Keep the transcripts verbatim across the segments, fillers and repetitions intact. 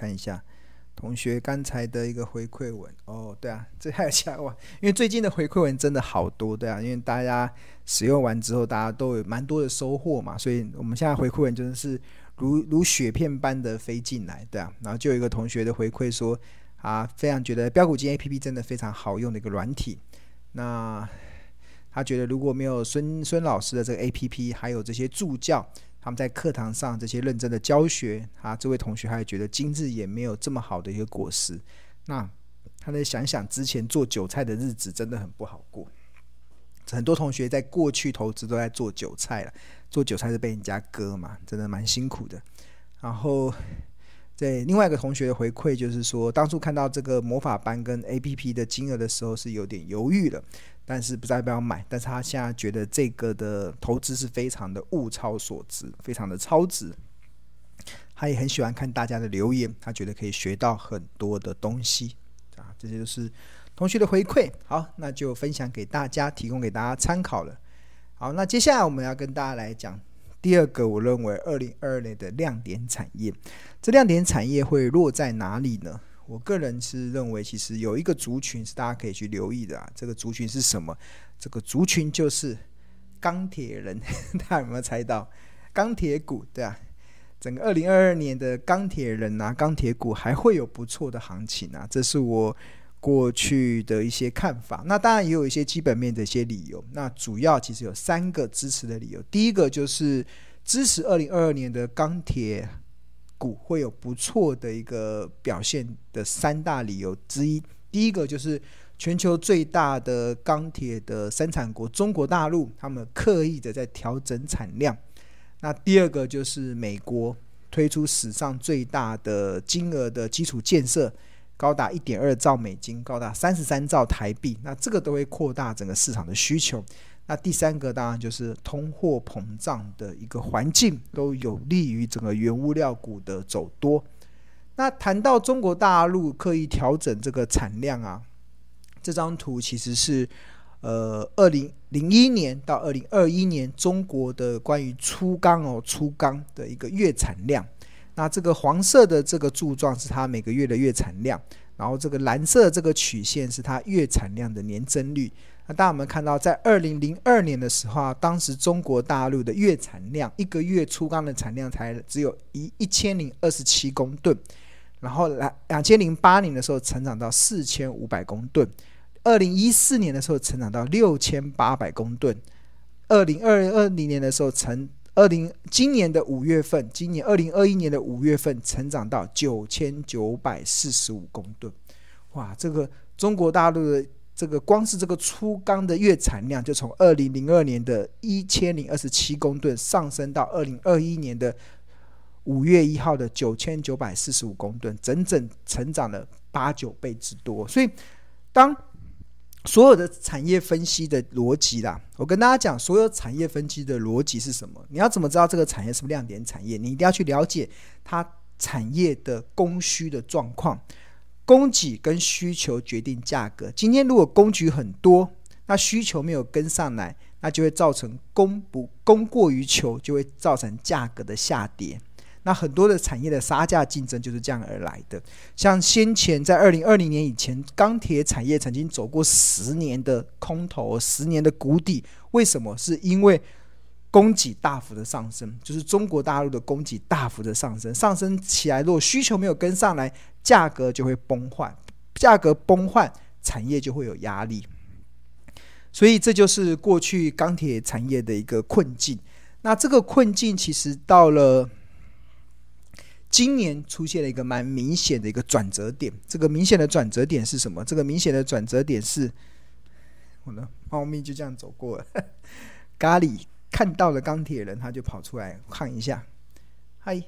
看一下同学刚才的一个回馈文哦，对啊，这还有加哇，因为最近的回馈文真的好多，对啊，因为大家使用完之后，大家都有蛮多的收获嘛，所以我们现在回馈文真的是如如雪片般的飞进来，对啊，然后就有一个同学的回馈说啊，非常觉得标股金 A P P 真的非常好用的一个软体，那他觉得如果没有孙孙老师的这个 A P P， 还有这些助教。他们在课堂上这些认真的教学啊，这位同学还也觉得今日也没有这么好的一个果实。那他在想想之前做韭菜的日子真的很不好过。很多同学在过去投资都在做韭菜了，做韭菜是被人家割嘛，真的蛮辛苦的。然后对另外一个同学的回馈就是说，当初看到这个魔法班跟 A P P 的金额的时候是有点犹豫了，但是不知道要不要买，但是他现在觉得这个的投资是非常的物超所值，非常的超值。他也很喜欢看大家的留言，他觉得可以学到很多的东西啊，这些就是同学的回馈。好，那就分享给大家，提供给大家参考了。好，那接下来我们要跟大家来讲第二个我认为二零二二年的亮点产业。这亮点产业会落在哪里呢？我个人是认为其实有一个族群是大家可以去留意的啊，这个族群是什么？这个族群就是钢铁人大家有没有猜到？钢铁股，对啊，整个二零二二年的钢铁人啊，钢铁股还会有不错的行情啊，这是我过去的一些看法。那当然也有一些基本面的一些理由，那主要其实有三个支持的理由。第一个就是支持二零二二年的钢铁股会有不错的一个表现的三大理由之一。第一个就是全球最大的钢铁的生产国中国大陆，他们刻意的在调整产量。那第二个就是美国推出史上最大的金额的基础建设，高达 一点二兆美金，高达三十三兆台币，那这个都会扩大整个市场的需求。那第三个当然就是通货膨胀的一个环境，都有利于整个原物料股的走多。那谈到中国大陆刻意调整这个产量啊，这张图其实是呃二零零一年到二零二一年中国的关于粗钢哦粗钢的一个月产量。那这个黄色的这个柱状是它每个月的月产量，然后这个蓝色的这个曲线是它月产量的年增率。那大家有没有看到，在二零零二年的时候啊，当时中国大陆的月产量一个月粗钢的产量才只有一千零二十七公吨，然后二零零八年的时候成长到四千五百公吨，二零一四年的时候成长到六千八百公吨，二零二零年的时候成二零今年的五月份，今年二零二一年的五月份成长到九千九百四十五公吨。哇，这个中国大陆的这个光是这个粗钢的月产量就从二零零二年的一千零二十七公吨上升到二零二一年的五月一号的九千九百四十五公吨，整整成长了八九倍之多。所以当所有的产业分析的逻辑啦，我跟大家讲，所有产业分析的逻辑是什么？你要怎么知道这个产业是不是亮点产业？你一定要去了解它产业的供需的状况，供给跟需求决定价格。今天如果供给很多，那需求没有跟上来，那就会造成供不供过于求，就会造成价格的下跌。那很多的产业的杀价竞争就是这样而来的。像先前在二零二零年以前，钢铁产业曾经走过十年的空头，十年的谷底。为什么？是因为供给大幅的上升，就是中国大陆的供给大幅的上升，上升起来，如果需求没有跟上来，价格就会崩坏，价格崩坏，产业就会有压力。所以这就是过去钢铁产业的一个困境。那这个困境其实到了今年出现了一个蛮明显的一个转折点。这个明显的转折点是什么？这个明显的转折点是我的猫咪就这样走过了咖喱看到了钢铁人，他就跑出来看一下。嗨，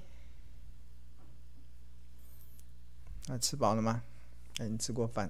那吃饱了吗？那你吃过饭？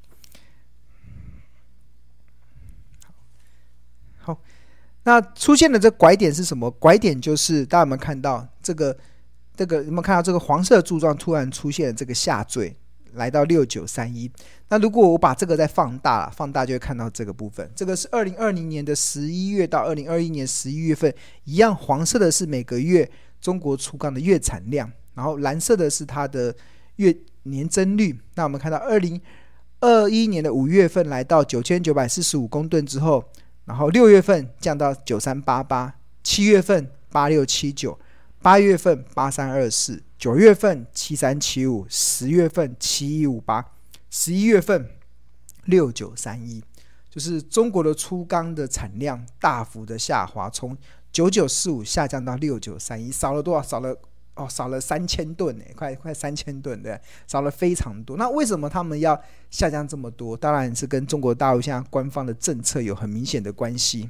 好，那出现的这拐点是什么？拐点就是大家有没有看到这个这个有没有看到这个黄色柱状突然出现了这个下坠，来到六九三一。那如果我把这个再放大放大就会看到这个部分。这个是二零二零年的十一月到二零二一年十一月份，一样黄色的是每个月中国粗钢的月产量，然后蓝色的是它的月年增率。那我们看到二零二一年的五月份来到九千九百四十五公吨之后，然后六月份降到九三八八，七月份八六七九，八月份八三二四，九月份七三七五，十月份七一五八，十一月份六九三一。就是中国的粗钢的产量大幅的下滑，从九九四五下降到六九三一，少了多少？少了哦，少了三千吨呢，快快三千吨，对，少了非常多。那为什么他们要下降这么多？当然是跟中国大陆现在官方的政策有很明显的关系。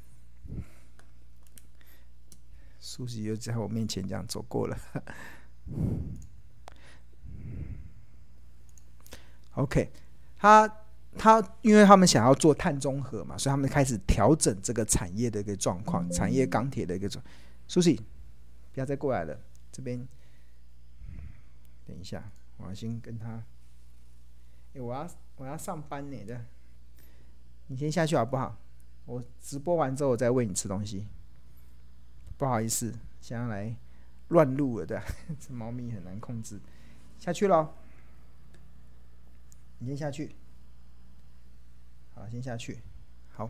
苏西又在我面前这样走过了。OK， 他。他因为他们想要做碳中和嘛，所以他们开始调整这个产业的一个状况，产业钢铁的一个状况。苏西，不要再过来了，这边等一下，我要先跟他，欸、我要我要上班呢的，你先下去好不好？我直播完之后我再喂你吃东西。不好意思，想要来乱录了的，这猫咪很难控制。下去咯，你先下去。好，先下去。好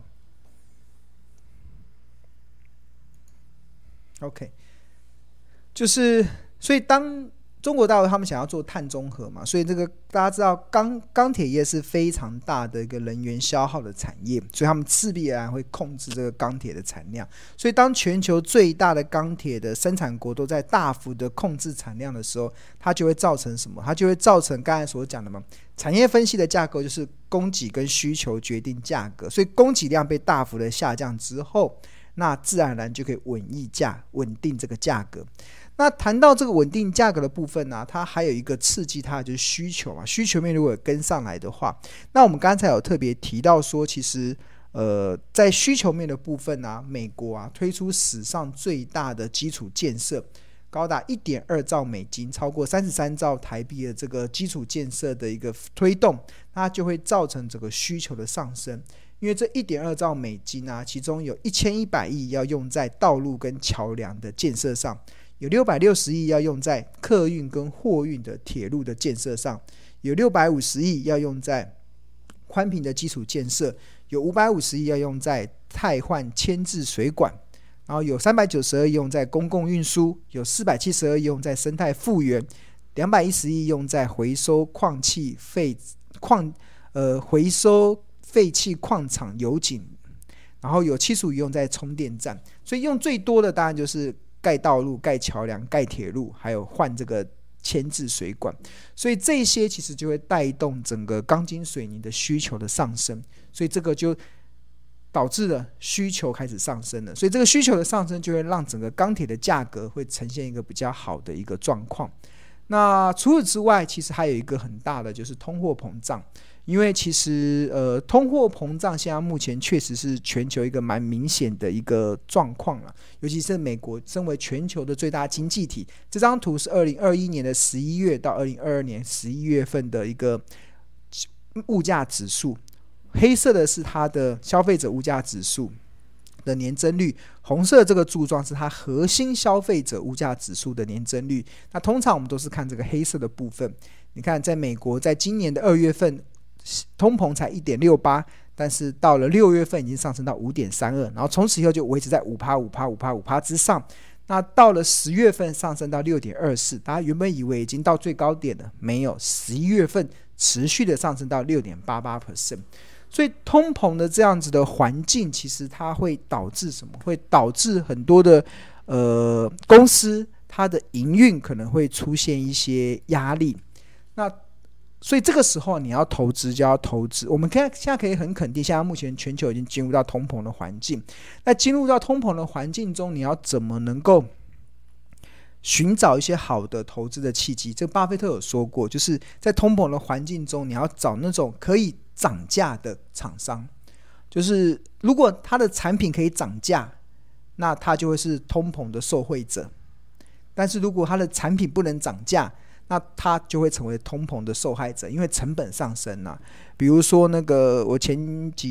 ，OK， 就是所以当中国大陆他们想要做碳中和嘛，所以这个大家知道钢钢铁业是非常大的一个能源消耗的产业，所以他们势必而然会控制这个钢铁的产量。所以当全球最大的钢铁的生产国都在大幅的控制产量的时候，它就会造成什么？它就会造成刚才所讲的嘛，产业分析的架构就是供给跟需求决定价格，所以供给量被大幅的下降之后，那自然而然就可以稳议价，稳定这个价格。那谈到这个稳定价格的部分呢、啊，它还有一个刺激它的就是需求嘛，需求面如果有跟上来的话，那我们刚才有特别提到说，其实呃在需求面的部分啊，美国啊推出史上最大的基础建设，高达 一点二兆美金，超过三十三兆台币的这个基础建设的一个推动，那就会造成这个需求的上升。因为这 一点二兆美金啊，其中有一千一百亿要用在道路跟桥梁的建设上，有六百六十亿要用在客运跟货运的铁路的建设上，有六百五十亿要用在宽频的基础建设，有五百五十亿要用在汰换牵制水管，然后有三百九十二亿用在公共运输，有四百七十二亿用在生态复原，两百一十亿用在回收矿气废矿呃回收废弃矿场油井，然后有七十五亿用在充电站。所以用最多的当然就是盖道路、盖桥梁、盖铁路，还有换这个牵制水管。所以这些其实就会带动整个钢筋水泥的需求的上升，所以这个就导致了需求开始上升了。所以这个需求的上升就会让整个钢铁的价格会呈现一个比较好的一个状况。那除此之外，其实还有一个很大的就是通货膨胀。因为其实呃，通货膨胀现在目前确实是全球一个蛮明显的一个状况了，尤其是美国身为全球的最大经济体，这张图是二零二一年的十一月到二零二二年十一月份的一个物价指数，黑色的是它的消费者物价指数的年增率，红色这个柱状是它核心消费者物价指数的年增率。那通常我们都是看这个黑色的部分，你看在美国在今年的二月份通膨才 一点六八， 但是到了六月份已经上升到 五点三二， 然后从此以后就维持在 百分之五、百分之五、百分之五、百分之五 之上。那到了十月份上升到 六点二四， 大家原本以为已经到最高点了，没有，十一月份持续的上升到 百分之六点八八。 所以通膨的这样子的环境，其实它会导致什么？会导致很多的呃公司它的营运可能会出现一些压力。那所以这个时候你要投资就要投资，我们现在可以很肯定，现在目前全球已经进入到通膨的环境。那进入到通膨的环境中，你要怎么能够寻找一些好的投资的契机？这个巴菲特有说过，就是在通膨的环境中，你要找那种可以涨价的厂商，就是如果他的产品可以涨价，那他就会是通膨的受惠者；但是如果他的产品不能涨价，那它就会成为通膨的受害者，因为成本上升了、啊。比如说那个我前几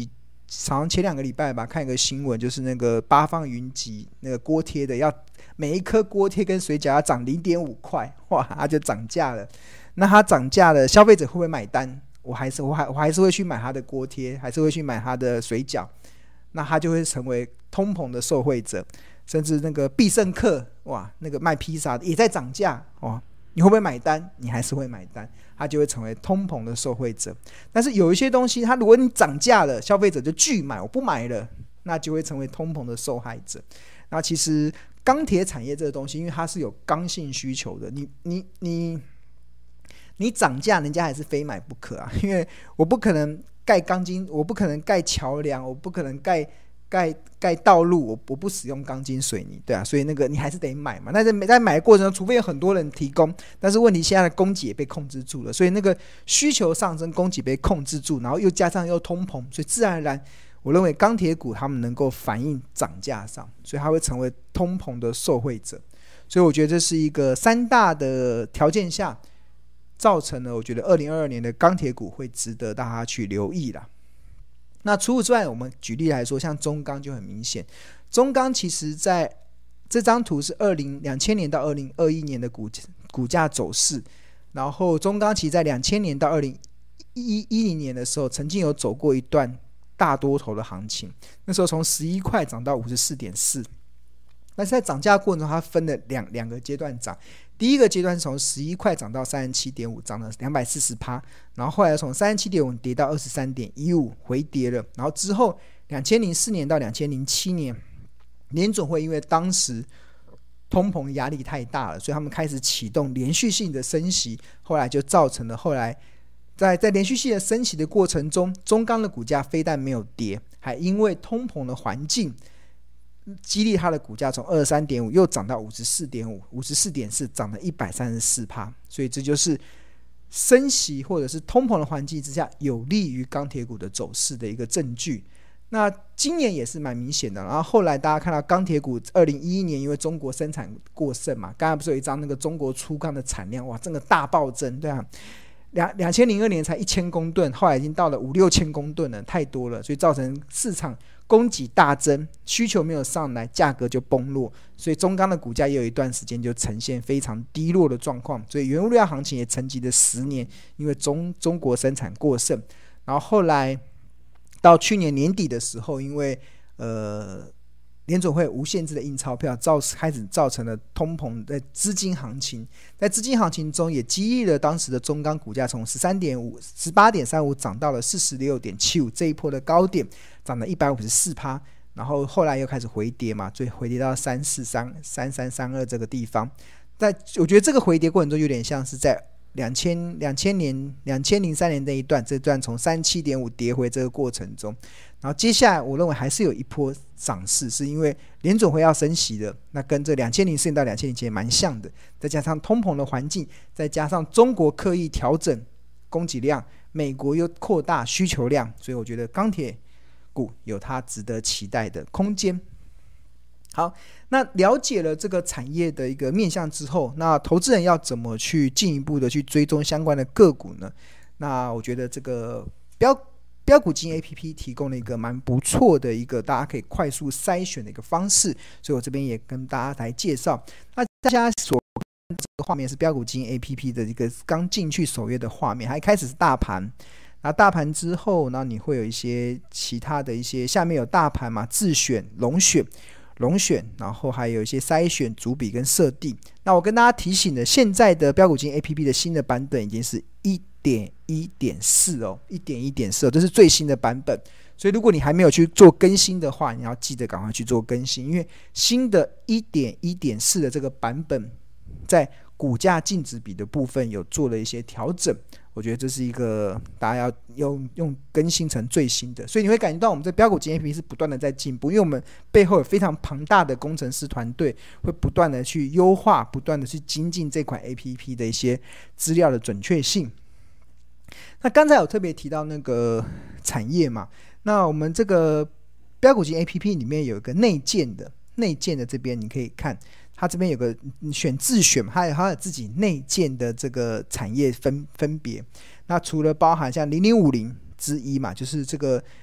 好像前两个礼拜吧，看一个新闻，就是那个八方云集那个锅贴的，要每一颗锅贴跟水饺要涨零点五块，哇，它就涨价了。那它涨价了，消费者会不会买单？我还是我还我还是会去买它的锅贴，还是会去买它的水饺，那它就会成为通膨的受惠者。甚至那个必胜客，哇，那个卖披萨的也在涨价，哇，你会不会买单？你还是会买单，它就会成为通膨的受惠者。但是有一些东西，它如果你涨价了，消费者就拒买，我不买了，那就会成为通膨的受害者。那其实钢铁产业这个东西，因为它是有刚性需求的，你你你你涨价，人家还是非买不可啊，因为我不可能盖钢筋，我不可能盖桥梁，我不可能盖。盖盖道路，我我不使用钢筋水泥，对啊，所以那个你还是得买嘛。那在在买的过程中，除非有很多人提供，但是问题现在的供给也被控制住了，所以那个需求上升，供给被控制住，然后又加上又通膨，所以自然而然，我认为钢铁股他们能够反映涨价上，所以它会成为通膨的受惠者。所以我觉得这是一个三大的条件下，造成了我觉得二零二二年的钢铁股会值得大家去留意啦。那除此之外，我们举例来说，像中钢就很明显。中钢其实在这张图是二零两千年到二零二一年的 股, 股价走势，然后中钢其实在两千年到二零一零年的时候，曾经有走过一段大多头的行情，那时候从十一块涨到五十四点四。但是在涨价过程中，它分了 两, 两个阶段涨。第一个阶段是从十一块涨到 三十七点五， 涨了 百分之两百四十， 然后后来从 三十七点五 跌到 二十三点一五， 回跌了。然后之后二零零四年到二零零七年，联准会因为当时通膨压力太大了，所以他们开始启动连续性的升息，后来就造成了后来 在, 在连续性的升息的过程中，中钢的股价非但没有跌，还因为通膨的环境激励它的股价从 二十三点五 又涨到 五十四点五， 五十四点四 涨了 百分之一百三十四， 所以这就是升息或者是通膨的环境之下有利于钢铁股的走势的一个证据。那今年也是蛮明显的，然后后来大家看到钢铁股二零一一年因为中国生产过剩嘛，刚才不是有一张那个中国粗钢的产量，哇，真的大暴增，对啊，两千零二年才一千公吨，后来已经到了五六千公吨了，太多了，所以造成市场供给大增，需求没有上来，价格就崩落，所以中钢的股价也有一段时间就呈现非常低落的状况，所以原物料行情也沉寂了十年，因为 中, 中国生产过剩。然后后来到去年年底的时候，因为呃联准会无限制的印钞票，造开始造成了通膨的资金行情，在资金行情中也激励了当时的中钢股价从 十三点五 十八点三五 涨到了 四十六点七五， 这一波的高点涨了 百分之一百五十四， 然后后来又开始回跌嘛，最回跌到三四三 三三三二这个地方。但我觉得这个回跌过程中有点像是在两千年两千零三年那一段，这段从 三十七点五 跌回这个过程中，然后接下来我认为还是有一波涨势，是因为联准会要升息的，那跟这两千零四年到两千零七年蛮像的，再加上通膨的环境，再加上中国刻意调整供给量，美国又扩大需求量，所以我觉得钢铁股有它值得期待的空间。好，那了解了这个产业的一个面向之后，那投资人要怎么去进一步的去追踪相关的个股呢？那我觉得这个标标股金 A P P 提供了一个蛮不错的一个大家可以快速筛选的一个方式，所以我这边也跟大家来介绍。那大家所看这个画面是标股金 A P P 的一个刚进去首页的画面，还开始是大盘。那大盘之后，那你会有一些其他的一些，下面有大盘嘛，自选、龙选。龙选，然后还有一些筛选、主笔跟设定。那我跟大家提醒的，现在的标股金 A P P 的新的版本已经是 一点一点四 哦 ，一点一点四 哦，这是最新的版本。所以如果你还没有去做更新的话，你要记得赶快去做更新，因为新的 一点一点四 的这个版本在股价净值比的部分有做了一些调整。我觉得这是一个大家要用用更新成最新的，所以你会感觉到我们这标股金 A P P 是不断的在进步，因为我们背后有非常庞大的工程师团队，会不断的去优化，不断的去精进这款 A P P 的一些资料的准确性。那刚才有特别提到那个产业嘛，那我们这个标股金 A P P 里面有一个内建的，内建的这边你可以看。它这边有个选自选，还有它有自己内建的这个产业 分, 分别。那除了包含像零零五零之一嘛，就是这个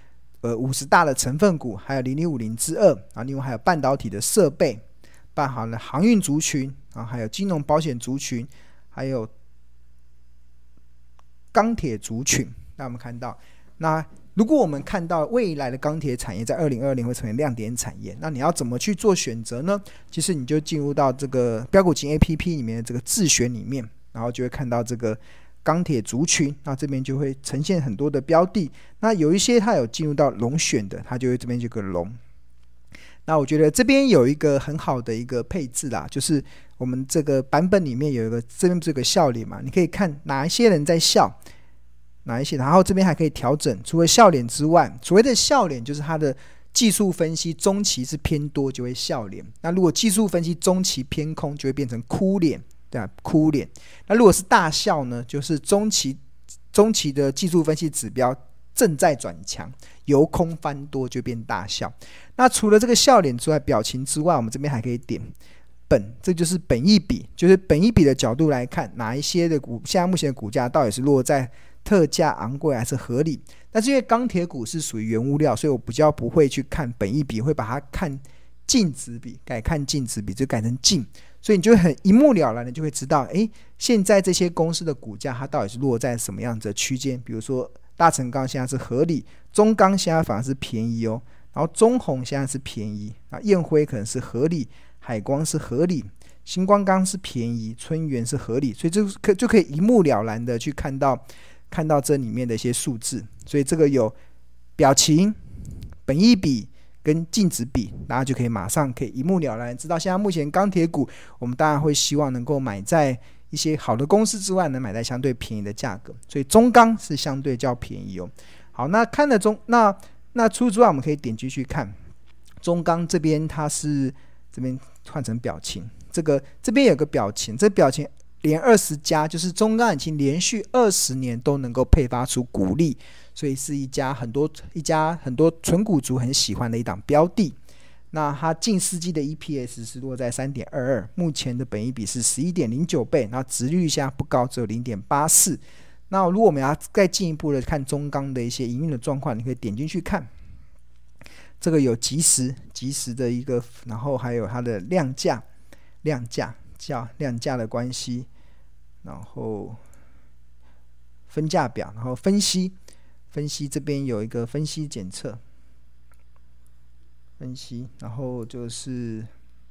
呃五十大的成分股，还有零零五零之二，然后另外还有半导体的设备，包含了航运族群，然后还有金融保险族群，还有钢铁族群。那我们看到，那如果我们看到未来的钢铁产业在二零二零会成为亮点产业，那你要怎么去做选择呢？其实你就进入到这个标股金 A P P 里面的这个自选里面，然后就会看到这个钢铁族群，那这边就会呈现很多的标的，那有一些它有进入到龙选的，它就会这边就有个龙。那我觉得这边有一个很好的一个配置啦，就是我们这个版本里面有一个，这边不是有个笑脸嘛，你可以看哪一些人在笑，哪一些，然后这边还可以调整，除了笑脸之外，所谓的笑脸就是它的技术分析中期是偏多就会笑脸，那如果技术分析中期偏空就会变成哭脸，对啊，哭脸。那如果是大笑呢，就是中期中期的技术分析指标正在转强，由空翻多就变大笑。那除了这个笑脸之外，表情之外，我们这边还可以点本，这就是本益比，就是本益比的角度来看，哪一些的股现在目前的股价到底是落在特价昂贵还是合理。但是因为钢铁股是属于原物料，所以我比较不会去看本益比，会把它看净值比，改看净值比就改成净，所以你就会很一目了然的就会知道，诶，现在这些公司的股价它到底是落在什么样子的区间。比如说大成钢现在是合理，中钢现在反而是便宜哦，然后中宏现在是便宜，然后燕辉可能是合理，海光是合理，新光钢是便宜，春元是合理，所以就可就可以一目了然的去看到看到这里面的一些数字。所以这个有表情、本益比跟净值比，大家就可以马上可以一目了然知道现在目前钢铁股我们当然会希望能够买在一些好的公司之外，能买在相对便宜的价格，所以中钢是相对较便宜哦。好，那看了中那那除此之外，我们可以点击去看中钢这边，它是这边换成表情，这个这边有个表情，这表情连二十家，就是中钢已经连续二十年都能够配发出股利，所以是一家很多一家很多纯股族很喜欢的一档标的。那它近四季的 E P S 是落在 三点二二， 目前的本益比是 十一点零九 倍，然后殖利率现在不高，只有 零点八四。那如果我们要再进一步的看中钢的一些营运的状况，你可以点进去看，这个有即时即时的一个，然后还有它的量价量价价量价的关系，然后分价表，然后分析分析这边有一个分析检测分析，然后就是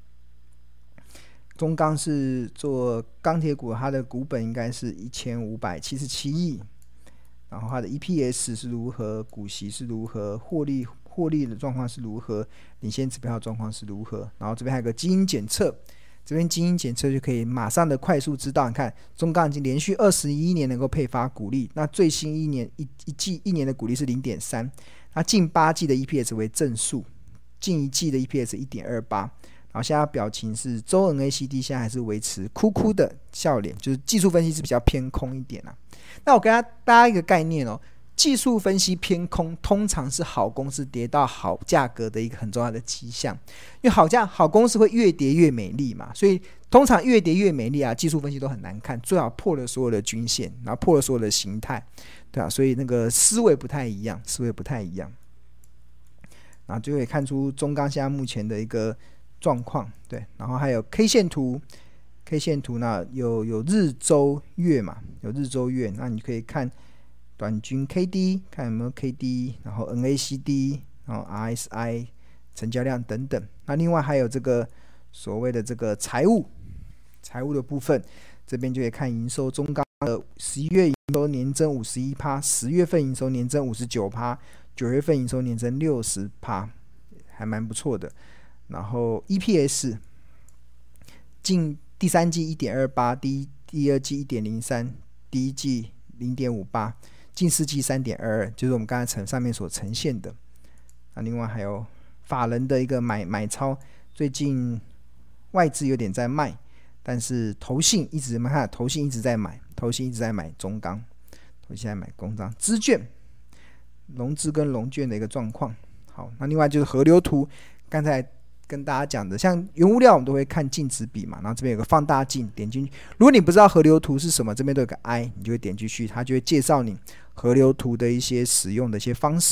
中钢是做钢铁股，它的股本应该是一千五百七十七亿，然后它的 E P S 是如何，股息是如何，获利获利的状况是如何，领先指标的状况是如何，然后这边还有个基因检测，这边基因检测就可以马上的快速知道，你看中钢已经连续二十一年能够配发股利，那最新一年 一, 一季一年的股利是 零点三， 那近八季的 E P S 为正数，近一季的 E P S 一点二八， 然后现在表情是周 N A C D 现在还是维持哭哭的笑脸，就是技术分析是比较偏空一点啊。那我给大家一个概念哦，技术分析偏空通常是好公司跌到好价格的一个很重要的迹象，因为好价好公司会越跌越美丽嘛，所以通常越跌越美丽啊，技术分析都很难看，最好破了所有的均线，然后破了所有的形态，对啊，所以那个思维不太一样，思维不太一样，然后就可以看出中钢现在目前的一个状况，对，然后还有 K 线图 ，K 线图呢有有日周月嘛，有日周月，那你可以看短均 K D， 看有没有 K D， 然后 N A C D， 然后 R S I， 成交量等等。那另外还有这个所谓的这个财务，财务的部分，这边就可以看营收，中钢的十一月营收年增 百分之五十一， 十月份营收年增 百分之五十九， 九月份营收年增 百分之六十， 还蛮不错的。然后 E P S 近第三季 一点二八， 第, 第二季 一点零三， 第一季 零点五八， 近四季 三点二二， 就是我们刚才上面所呈现的。那另外还有法人的一个 买, 买超，最近外资有点在卖，但是投信一直看投信一直在买，投信一直在买中钢，投信在买中钢，资券融资跟融券的一个状况。好，那另外就是河流图，刚才跟大家讲的，像原物料我们都会看净值比嘛，然后这边有个放大镜，点进去，如果你不知道河流图是什么，这边都有个 I， 你就会点进去，它就会介绍你河流图的一些使用的一些方式。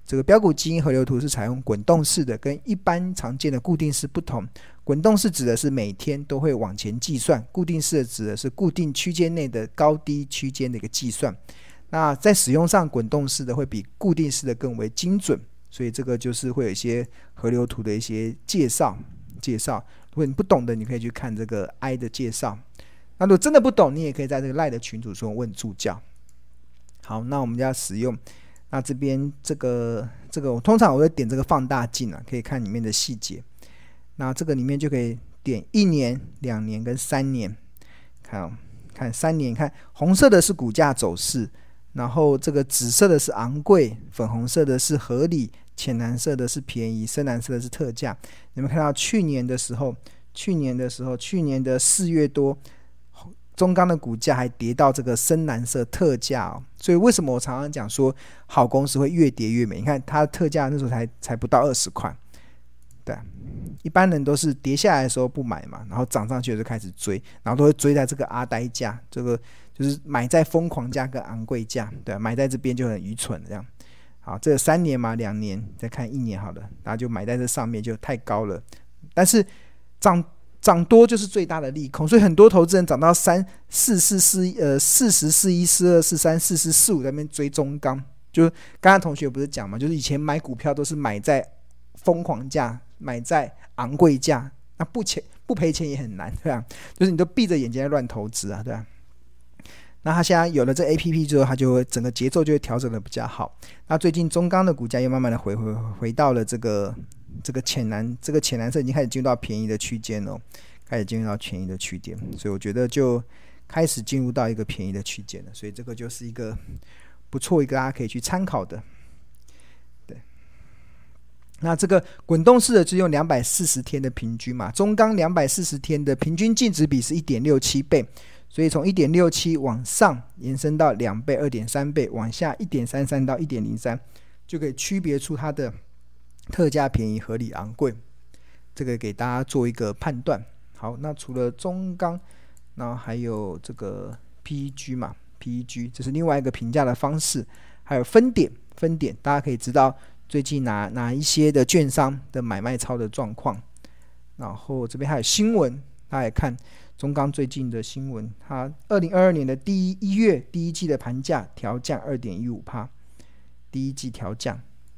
这个标股基因河流图是采用滚动式的，跟一般常见的固定式不同。滚动式指的是每天都会往前计算，固定式的指的是固定区间内的高低区间的一个计算。那在使用上，滚动式的会比固定式的更为精准，所以这个就是会有一些河流图的一些介绍。介绍，如果你不懂的，你可以去看这个 I 的介绍。那如果真的不懂，你也可以在这个 LINE 的群组中问助教。好，那我们要使用。那这边这个这个我通常我会点这个放大镜啊，可以看里面的细节。那这个里面就可以点一年、两年跟三年，看哦，看三年，看红色的是股价走势，然后这个紫色的是昂贵，粉红色的是合理，浅蓝色的是便宜，深蓝色的是特价。你们看到去年的时候，去年的时候，去年的四月多。中钢的股价还跌到这个深蓝色特价哦，所以为什么我常常讲说好公司会越跌越美？你看它的特价那时候才才不到二十块，对，一般人都是跌下来的时候不买嘛，然后涨上去就开始追，然后都会追在这个阿呆价，这个就是买在疯狂价跟昂贵价，对，买在这边就很愚蠢这样。好，这三年嘛，两年，再看一年好了，然后就买在这上面就太高了，但是涨。涨多就是最大的利空，所以很多投资人涨到三四四四呃四十四一四二四三四四四五在那边追中钢，就刚刚同学不是讲嘛，就是以前买股票都是买在疯狂价，买在昂贵价，那不钱不赔钱也很难，对吧？就是你都闭着眼睛在乱投资啊，对吧？那他现在有了这 A P P 之后，他就会整个节奏就会调整的比较好。那最近中钢的股价又慢慢的回回回到了这个。这个浅蓝，这个浅蓝色已经开始进入到便宜的区间了，开始进入到便宜的区间，所以我觉得就开始进入到一个便宜的区间了，所以这个就是一个不错一个大家可以去参考的。对，那这个滚动式的是用两百四十天的平均嘛，中钢两百四十天的平均净值比是 一点六七倍，所以从 一点六七 往上延伸到两倍 二点三倍，往下 一点三三 到 一点零三，就可以区别出它的特价便宜合理昂贵，这个给大家做一个判断。好，那除了中钢，那还有这个 P E G 嘛 ，P E G 这是另外一个评价的方式，还有分点，分点大家可以知道最近哪哪一些的券商的买卖超的状况。然后这边还有新闻，大家也看中钢最近的新闻，它二零二二年的第一一月第一季的盘价调降 百分之二点一五， 第一季调降。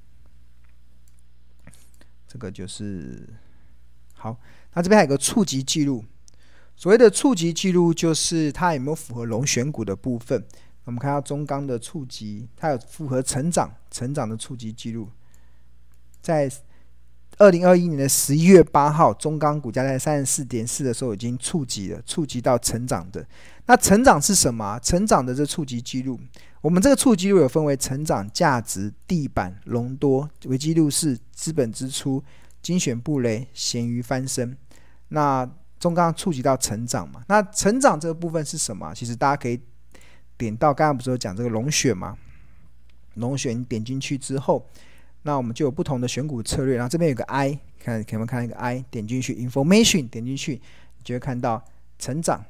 这个就是好，那这边还有个触及记录。所谓的触及记录，就是它有没有符合龙选股的部分。我们看到中钢的触及，它有符合成长成长的触及记录。在二零二一年的十一月八号，中钢股价在 三十四点四 的时候已经触及了，触及到成长的。那成长是什么？成长的这触及记录，我们这个触及记录有分为成长、价值、地板、隆多、维基入市、资本支出、精选布雷、咸鱼翻身。那中钢触及到成长嘛？那成长这个部分是什么？其实大家可以点到，刚刚不是有讲这个龙选嘛？龙选点进去之后，那我们就有不同的选股策略。然后这边有个 I， 看可以看一个 I， 点进去 Information， 点进去，你就会看到成长。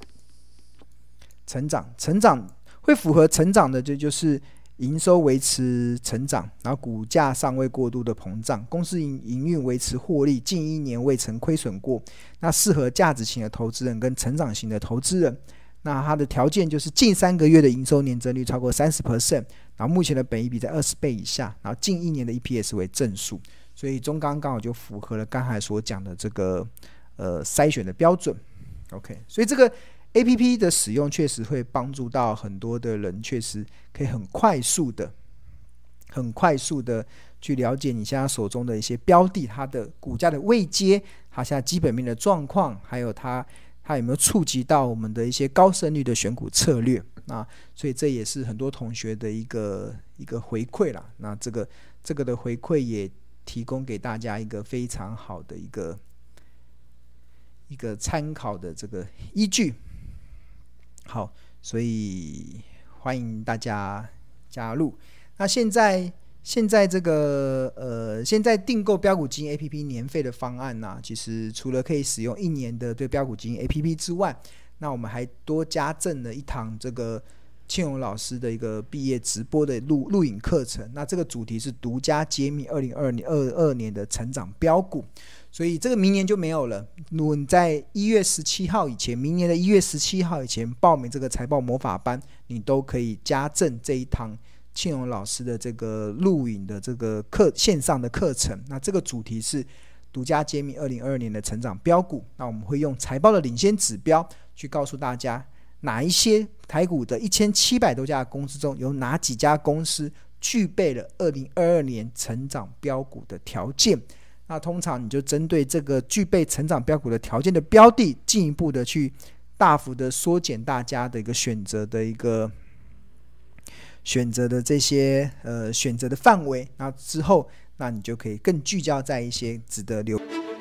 成长，成长会符合成长的，这就是营收维持成长，然后股价尚未过度的膨胀，公司营运维持获利，近一年未曾亏损过。那适合价值型的投资人跟成长型的投资人。那它的条件就是近三个月的营收年增率超过 百分之三十， 然后目前的本益比在二十倍以下，然后近一年的 E P S 为正数，所以中钢刚好就符合了刚才所讲的这个呃筛选的标准。OK， 所以这个A P P 的使用确实会帮助到很多的人，确实可以很快速的、很快速的去了解你现在手中的一些标的，它的股价的位阶，它现在基本面的状况，还有它它有没有触及到我们的一些高胜率的选股策略啊？所以这也是很多同学的一个一个回馈啦。那这个这个的回馈也提供给大家一个非常好的一个一个参考的这个依据。好，所以欢迎大家加入。那现在现在这个呃，现在订购标股基金 A P P 年费的方案呢、啊，其实除了可以使用一年的对标股基金 A P P 之外，那我们还多加赠了一堂这个庆荣老师的一个毕业直播的录录影课程。那这个主题是独家揭秘二零二二年的成长标股，所以这个明年就没有了。如果你在一月十七号以前，明年的一月十七号以前报名这个财报魔法班，你都可以加赠这一堂庆荣老师的这个录影的这个课线上的课程。那这个主题是独家揭秘二零二二年的成长标股。那我们会用财报的领先指标去告诉大家，哪一些台股的一千七百多家公司中，有哪几家公司具备了二零二二年成长标股的条件。那通常你就针对这个具备成长标股的条件的标的，进一步的去大幅的缩减大家的一个选择的一个选择的这些呃选择的范围，然后之后那你就可以更聚焦在一些值得留